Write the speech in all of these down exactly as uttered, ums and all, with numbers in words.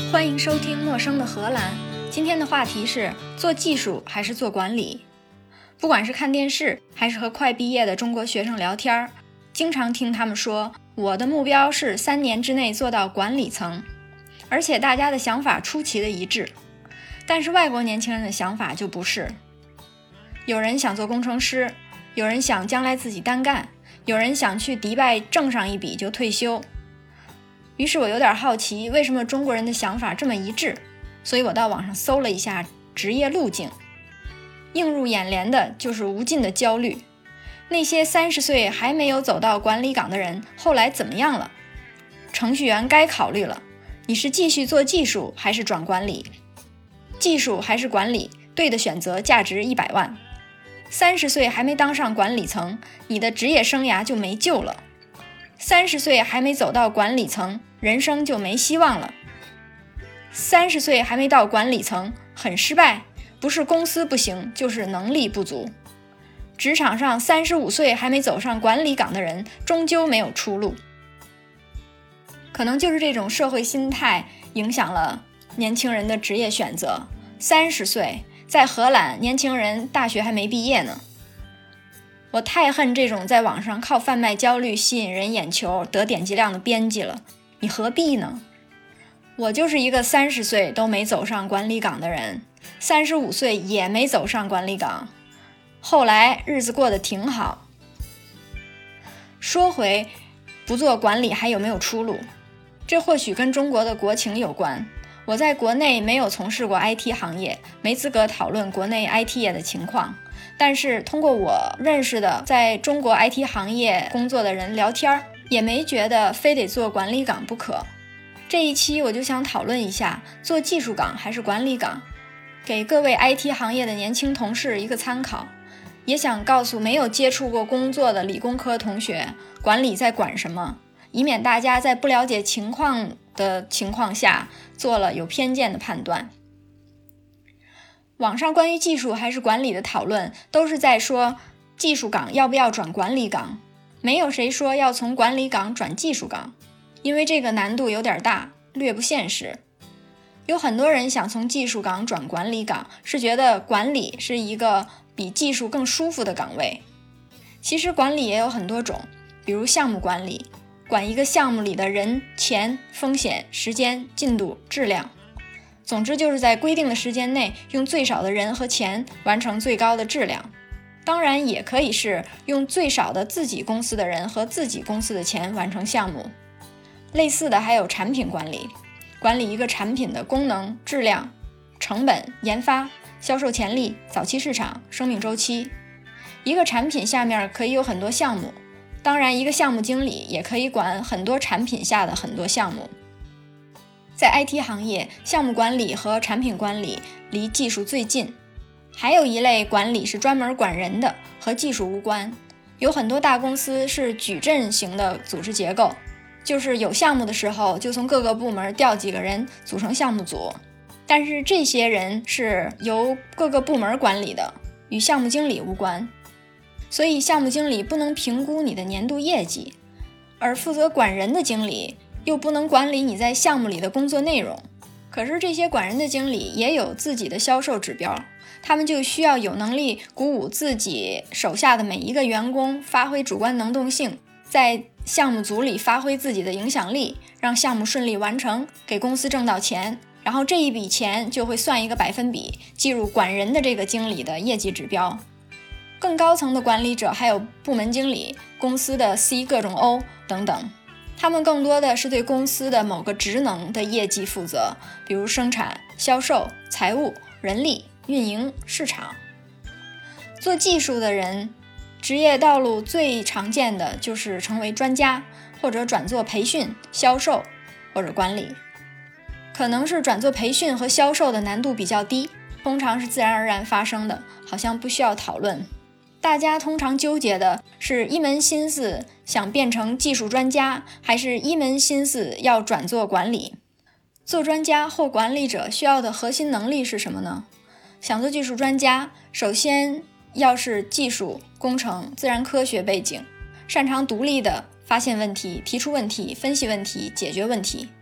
欢迎收听陌生的荷兰。今天的话题是做技术还是做管理。不管是看电视还是和快毕业的中国学生聊天，经常听他们说我的目标是三年之内做到管理层，而且大家的想法出奇的一致。但是外国年轻人的想法就不是，有人想做工程师，有人想将来自己单干，有人想去迪拜挣上一笔就退休。于是我有点好奇，为什么中国人的想法这么一致？所以我到网上搜了一下职业路径，映入眼帘的就是无尽的焦虑。那些三十岁还没有走到管理岗的人，后来怎么样了？程序员该考虑了，你是继续做技术还是转管理？技术还是管理，对的选择价值一百万。三十岁还没当上管理层，你的职业生涯就没救了。三十岁还没走到管理层，人生就没希望了。三十岁还没到管理层，很失败，不是公司不行，就是能力不足。职场上三十五岁还没走上管理岗的人，终究没有出路。可能就是这种社会心态影响了年轻人的职业选择。三十岁，在荷兰，年轻人大学还没毕业呢。我太恨这种在网上靠贩卖焦虑吸引人眼球得点击量的编辑了，你何必呢？我就是一个三十岁都没走上管理岗的人，三十五岁也没走上管理岗，后来日子过得挺好。说回不做管理还有没有出路，这或许跟中国的国情有关。我在国内没有从事过 I T 行业，没资格讨论国内 I T 业的情况，但是通过我认识的在中国 I T 行业工作的人聊天，也没觉得非得做管理岗不可。这一期我就想讨论一下做技术岗还是管理岗，给各位 I T 行业的年轻同事一个参考，也想告诉没有接触过工作的理工科同学，管理在管什么，以免大家在不了解情况的情况下做了有偏见的判断。网上关于技术还是管理的讨论都是在说技术岗要不要转管理岗，没有谁说要从管理岗转技术岗，因为这个难度有点大，略不现实。有很多人想从技术岗转管理岗，是觉得管理是一个比技术更舒服的岗位。其实管理也有很多种，比如项目管理，管一个项目里的人、钱、风险、时间、进度、质量。总之就是在规定的时间内，用最少的人和钱完成最高的质量。当然也可以是用最少的自己公司的人和自己公司的钱完成项目。类似的还有产品管理，管理一个产品的功能、质量、成本、研发、销售潜力、早期市场、生命周期。一个产品下面可以有很多项目，当然一个项目经理也可以管很多产品下的很多项目。在 I T 行业，项目管理和产品管理离技术最近。还有一类管理是专门管人的，和技术无关。有很多大公司是矩阵型的组织结构，就是有项目的时候就从各个部门调几个人组成项目组，但是这些人是由各个部门管理的，与项目经理无关。所以项目经理不能评估你的年度业绩，而负责管人的经理又不能管理你在项目里的工作内容。可是这些管人的经理也有自己的销售指标，他们就需要有能力鼓舞自己手下的每一个员工发挥主观能动性，在项目组里发挥自己的影响力，让项目顺利完成，给公司挣到钱，然后这一笔钱就会算一个百分比，计入管人的这个经理的业绩指标。更高层的管理者还有部门经理、公司的 C 各种 O 等等，他们更多的是对公司的某个职能的业绩负责，比如生产、销售、财务、人力、运营、市场。做技术的人，职业道路最常见的就是成为专家，或者转做培训、销售或者管理。可能是转做培训和销售的难度比较低，通常是自然而然发生的，好像不需要讨论。大家通常纠结的是一门心思想变成技术专家，还是一门心思要转做管理。做专家或管理者需要的核心能力是什么呢？想做技术专家，首先要是技术、工程、自然科学背景，擅长独立的发现问题、提出问题、分析问题、解决问题。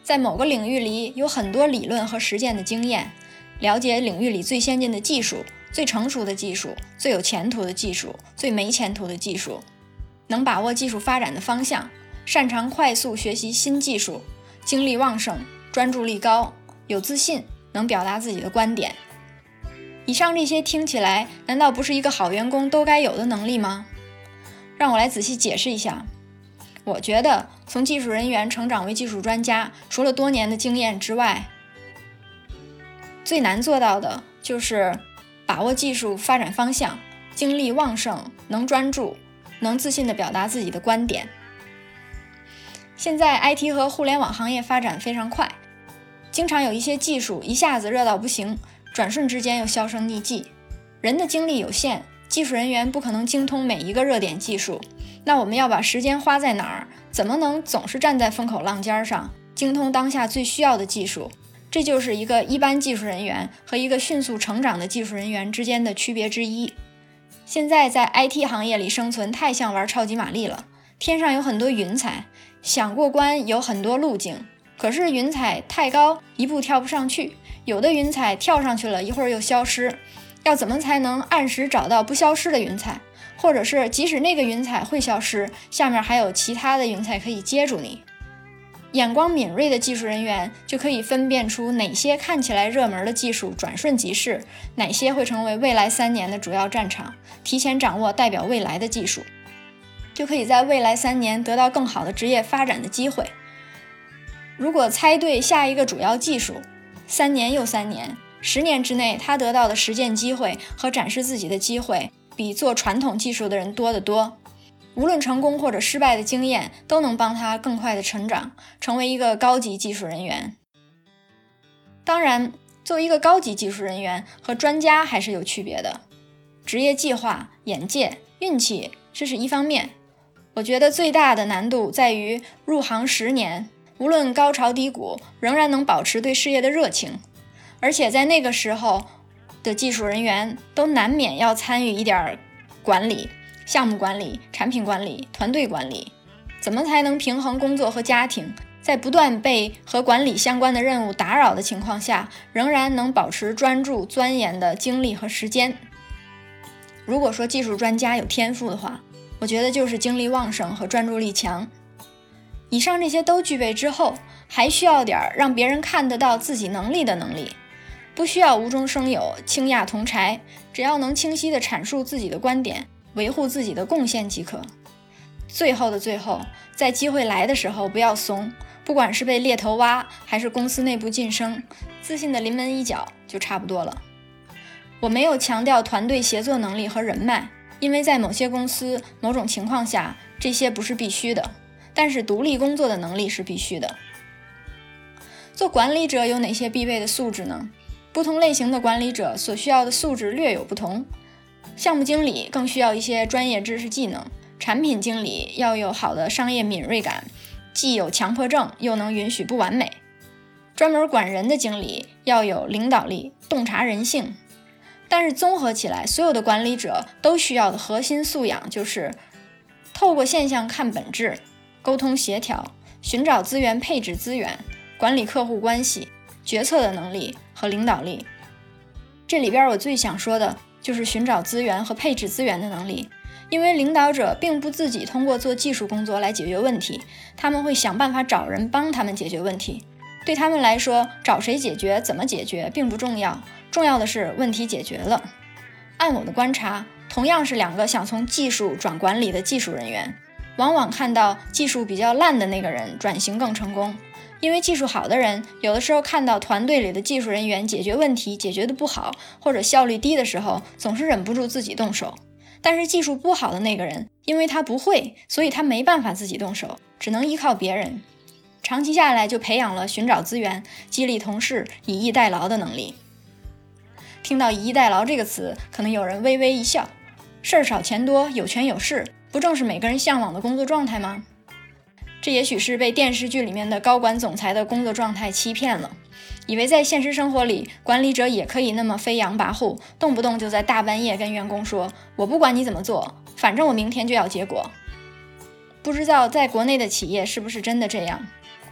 在某个领域里有很多理论和实践的经验，了解领域里最先进的技术、最成熟的技术、最有前途的技术、最没前途的技术，能把握技术发展的方向，擅长快速学习新技术，精力旺盛，专注力高，有自信，能表达自己的观点。以上这些听起来难道不是一个好员工都该有的能力吗？让我来仔细解释一下。我觉得从技术人员成长为技术专家，除了多年的经验之外，最难做到的就是把握技术发展方向，精力旺盛，能专注，能自信地表达自己的观点。现在 I T 和互联网行业发展非常快，经常有一些技术一下子热到不行，转瞬之间又销声匿迹。人的精力有限，技术人员不可能精通每一个热点技术，那我们要把时间花在哪儿？怎么能总是站在风口浪尖上，精通当下最需要的技术？这就是一个一般技术人员和一个迅速成长的技术人员之间的区别之一。现在在 I T 行业里生存太像玩超级玛丽了，天上有很多云彩，想过关有很多路径，可是云彩太高，一步跳不上去，有的云彩跳上去了，一会儿又消失。要怎么才能按时找到不消失的云彩？或者是即使那个云彩会消失，下面还有其他的云彩可以接住你。眼光敏锐的技术人员就可以分辨出哪些看起来热门的技术转瞬即逝，哪些会成为未来三年的主要战场，提前掌握代表未来的技术，就可以在未来三年得到更好的职业发展的机会。如果猜对下一个主要技术，三年又三年，十年之内他得到的实践机会和展示自己的机会比做传统技术的人多得多。无论成功或者失败的经验都能帮他更快的成长，成为一个高级技术人员。当然，作为一个高级技术人员和专家还是有区别的。职业计划、眼界、运气，这是一方面。我觉得最大的难度在于入行十年，无论高潮低谷，仍然能保持对事业的热情。而且在那个时候的技术人员都难免要参与一点管理、项目管理、产品管理、团队管理。怎么才能平衡工作和家庭，在不断被和管理相关的任务打扰的情况下，仍然能保持专注钻研的精力和时间？如果说技术专家有天赋的话，我觉得就是精力旺盛和专注力强。以上这些都具备之后，还需要点让别人看得到自己能力的能力。不需要无中生有、倾轧同柴，只要能清晰地阐述自己的观点，维护自己的贡献即可。最后的最后，在机会来的时候不要怂，不管是被猎头挖，还是公司内部晋升，自信的临门一脚就差不多了。我没有强调团队协作能力和人脉，因为在某些公司、某种情况下，这些不是必须的，但是独立工作的能力是必须的。做管理者有哪些必备的素质呢？不同类型的管理者所需要的素质略有不同。项目经理更需要一些专业知识技能，产品经理要有好的商业敏锐感，既有强迫症又能允许不完美。专门管人的经理要有领导力，洞察人性。但是综合起来，所有的管理者都需要的核心素养就是透过现象看本质，沟通协调，寻找资源配置资源，管理客户关系，决策的能力和领导力。这里边我最想说的就是寻找资源和配置资源的能力。因为领导者并不自己通过做技术工作来解决问题，他们会想办法找人帮他们解决问题。对他们来说，找谁解决、怎么解决并不重要，重要的是问题解决了。按我的观察，同样是两个想从技术转管理的技术人员，往往看到技术比较烂的那个人转型更成功。因为技术好的人，有的时候看到团队里的技术人员解决问题解决得不好，或者效率低的时候，总是忍不住自己动手。但是技术不好的那个人，因为他不会，所以他没办法自己动手，只能依靠别人。长期下来就培养了寻找资源、激励同事、以逸待劳的能力。听到以逸待劳这个词，可能有人微微一笑，事儿少钱多，有权有势，不正是每个人向往的工作状态吗？这也许是被电视剧里面的高管总裁的工作状态欺骗了，以为在现实生活里，管理者也可以那么飞扬跋扈，动不动就在大半夜跟员工说，我不管你怎么做，反正我明天就要结果。不知道在国内的企业是不是真的这样？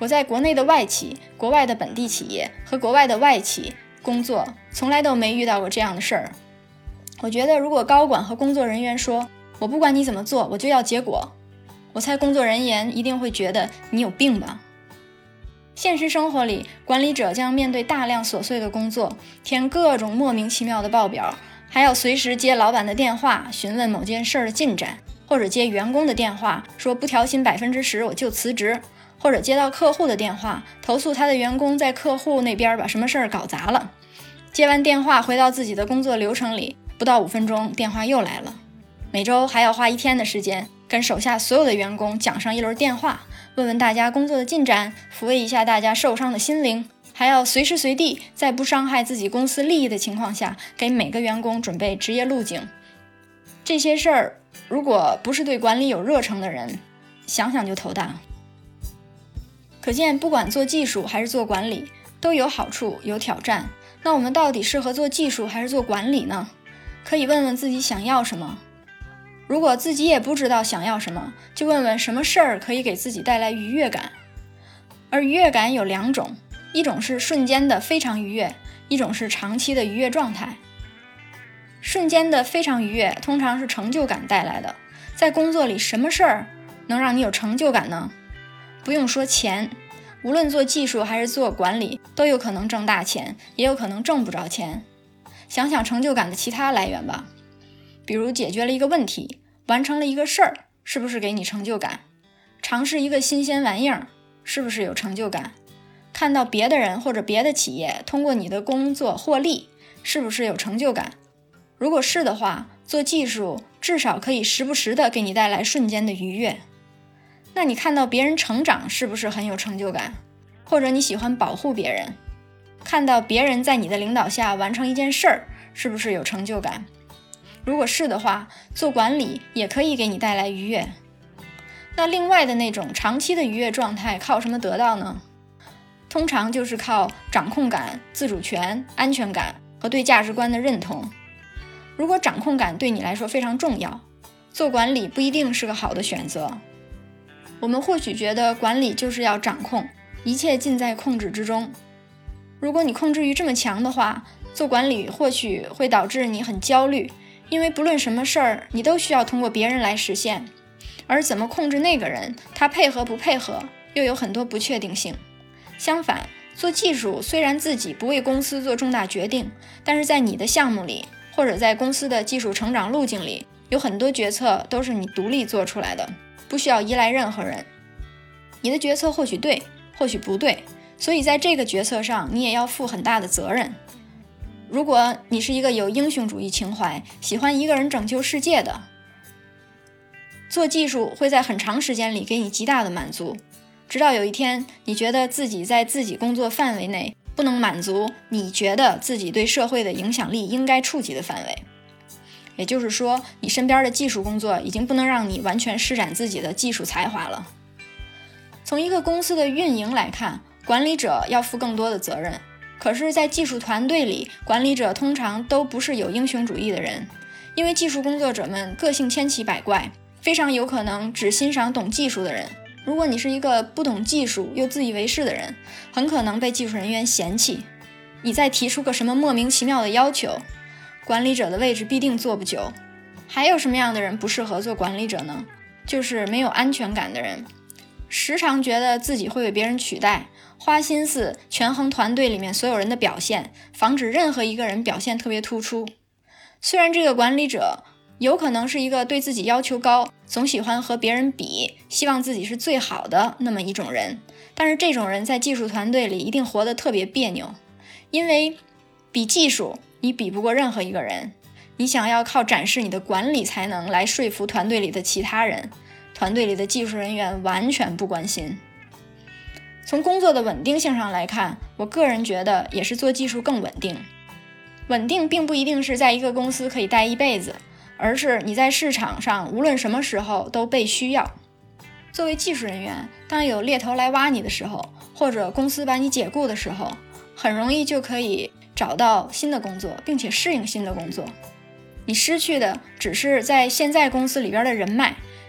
我在国内的外企、国外的本地企业和国外的外企工作，从来都没遇到过这样的事儿。我觉得如果高管和工作人员说我不管你怎么做，我就要结果，我猜工作人员一定会觉得你有病吧。现实生活里，管理者将面对大量琐碎的工作，填各种莫名其妙的报表，还要随时接老板的电话询问某件事的进展，或者接员工的电话说不调薪百分之十我就辞职，或者接到客户的电话投诉他的员工在客户那边把什么事儿搞砸了。接完电话回到自己的工作流程里，不到五分钟电话又来了。每周还要花一天的时间跟手下所有的员工讲上一轮电话，问问大家工作的进展，抚慰一下大家受伤的心灵，还要随时随地在不伤害自己公司利益的情况下给每个员工准备职业路径。这些事儿如果不是对管理有热诚的人，想想就头大。可见不管做技术还是做管理都有好处有挑战，那我们到底适合做技术还是做管理呢？可以问问自己想要什么。如果自己也不知道想要什么，就问问什么事儿可以给自己带来愉悦感。而愉悦感有两种，一种是瞬间的非常愉悦，一种是长期的愉悦状态。瞬间的非常愉悦通常是成就感带来的。在工作里什么事儿能让你有成就感呢？不用说钱，无论做技术还是做管理都有可能挣大钱，也有可能挣不着钱。想想成就感的其他来源吧，比如解决了一个问题，完成了一个事儿，是不是给你成就感？尝试一个新鲜玩意儿，是不是有成就感？看到别的人或者别的企业通过你的工作获利，是不是有成就感？如果是的话，做技术至少可以时不时的给你带来瞬间的愉悦。那你看到别人成长，是不是很有成就感？或者你喜欢保护别人，看到别人在你的领导下完成一件事儿，是不是有成就感？如果是的话，做管理也可以给你带来愉悦。那另外的那种长期的愉悦状态靠什么得到呢？通常就是靠掌控感、自主权、安全感和对价值观的认同。如果掌控感对你来说非常重要，做管理不一定是个好的选择。我们或许觉得管理就是要掌控，一切尽在控制之中。如果你控制欲这么强的话，做管理或许会导致你很焦虑，因为不论什么事儿，你都需要通过别人来实现。而怎么控制那个人，他配合不配合，又有很多不确定性。相反，做技术虽然自己不为公司做重大决定，但是在你的项目里，或者在公司的技术成长路径里，有很多决策都是你独立做出来的，不需要依赖任何人。你的决策或许对，或许不对，所以在这个决策上，你也要负很大的责任。如果你是一个有英雄主义情怀，喜欢一个人拯救世界的，做技术会在很长时间里给你极大的满足，直到有一天你觉得自己在自己工作范围内不能满足你觉得自己对社会的影响力应该触及的范围。也就是说，你身边的技术工作已经不能让你完全施展自己的技术才华了。从一个公司的运营来看，管理者要负更多的责任。可是在技术团队里，管理者通常都不是有英雄主义的人，因为技术工作者们个性千奇百怪，非常有可能只欣赏懂技术的人。如果你是一个不懂技术又自以为是的人，很可能被技术人员嫌弃。你再提出个什么莫名其妙的要求，管理者的位置必定坐不久。还有什么样的人不适合做管理者呢？就是没有安全感的人，时常觉得自己会被别人取代，花心思权衡团队里面所有人的表现，防止任何一个人表现特别突出。虽然这个管理者有可能是一个对自己要求高，总喜欢和别人比，希望自己是最好的那么一种人，但是这种人在技术团队里一定活得特别别扭，因为比技术你比不过任何一个人，你想要靠展示你的管理才能来说服团队里的其他人，团队里的技术人员完全不关心。从工作的稳定性上来看，我个人觉得也是做技术更稳定。稳定并不一定是在一个公司可以待一辈子，而是你在市场上无论什么时候都被需要。作为技术人员，当有猎头来挖你的时候，或者公司把你解雇的时候，很容易就可以找到新的工作，并且适应新的工作。你失去的只是在现在公司里边的人脉，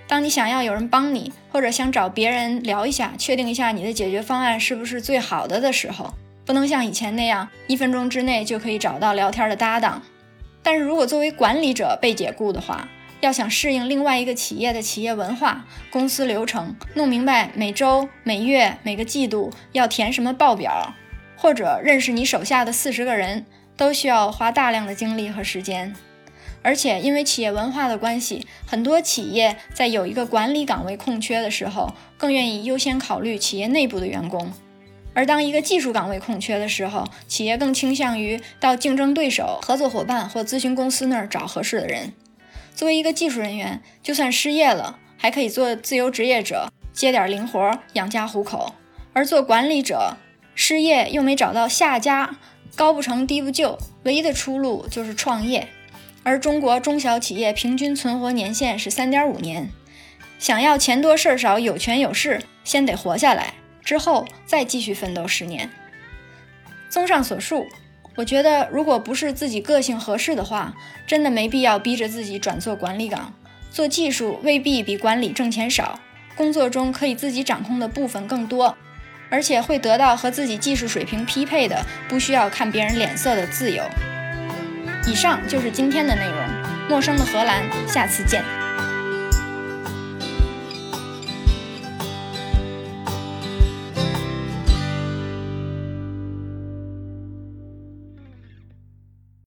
当你想要有人帮你，或者想找别人聊一下，确定一下你的解决方案是不是最好的的时候，不能像以前那样一分钟之内就可以找到聊天的搭档。但是如果作为管理者被解雇的话，要想适应另外一个企业的企业文化、公司流程，弄明白每周、每月、每个季度要填什么报表，或者认识你手下的四十个人，都需要花大量的精力和时间。而且因为企业文化的关系，很多企业在有一个管理岗位空缺的时候，更愿意优先考虑企业内部的员工。而当一个技术岗位空缺的时候，企业更倾向于到竞争对手、合作伙伴或咨询公司那儿找合适的人。作为一个技术人员，就算失业了，还可以做自由职业者，接点零活养家糊口。而做管理者，失业又没找到下家，高不成低不就，唯一的出路就是创业。而中国中小企业平均存活年限是 三点五 年，想要钱多事儿少有权有势，先得活下来，之后再继续奋斗十年。综上所述，我觉得如果不是自己个性合适的话，真的没必要逼着自己转做管理岗。做技术未必比管理挣钱少，工作中可以自己掌控的部分更多，而且会得到和自己技术水平匹配的，不需要看别人脸色的自由。以上就是今天的内容，陌生的荷兰，下次见。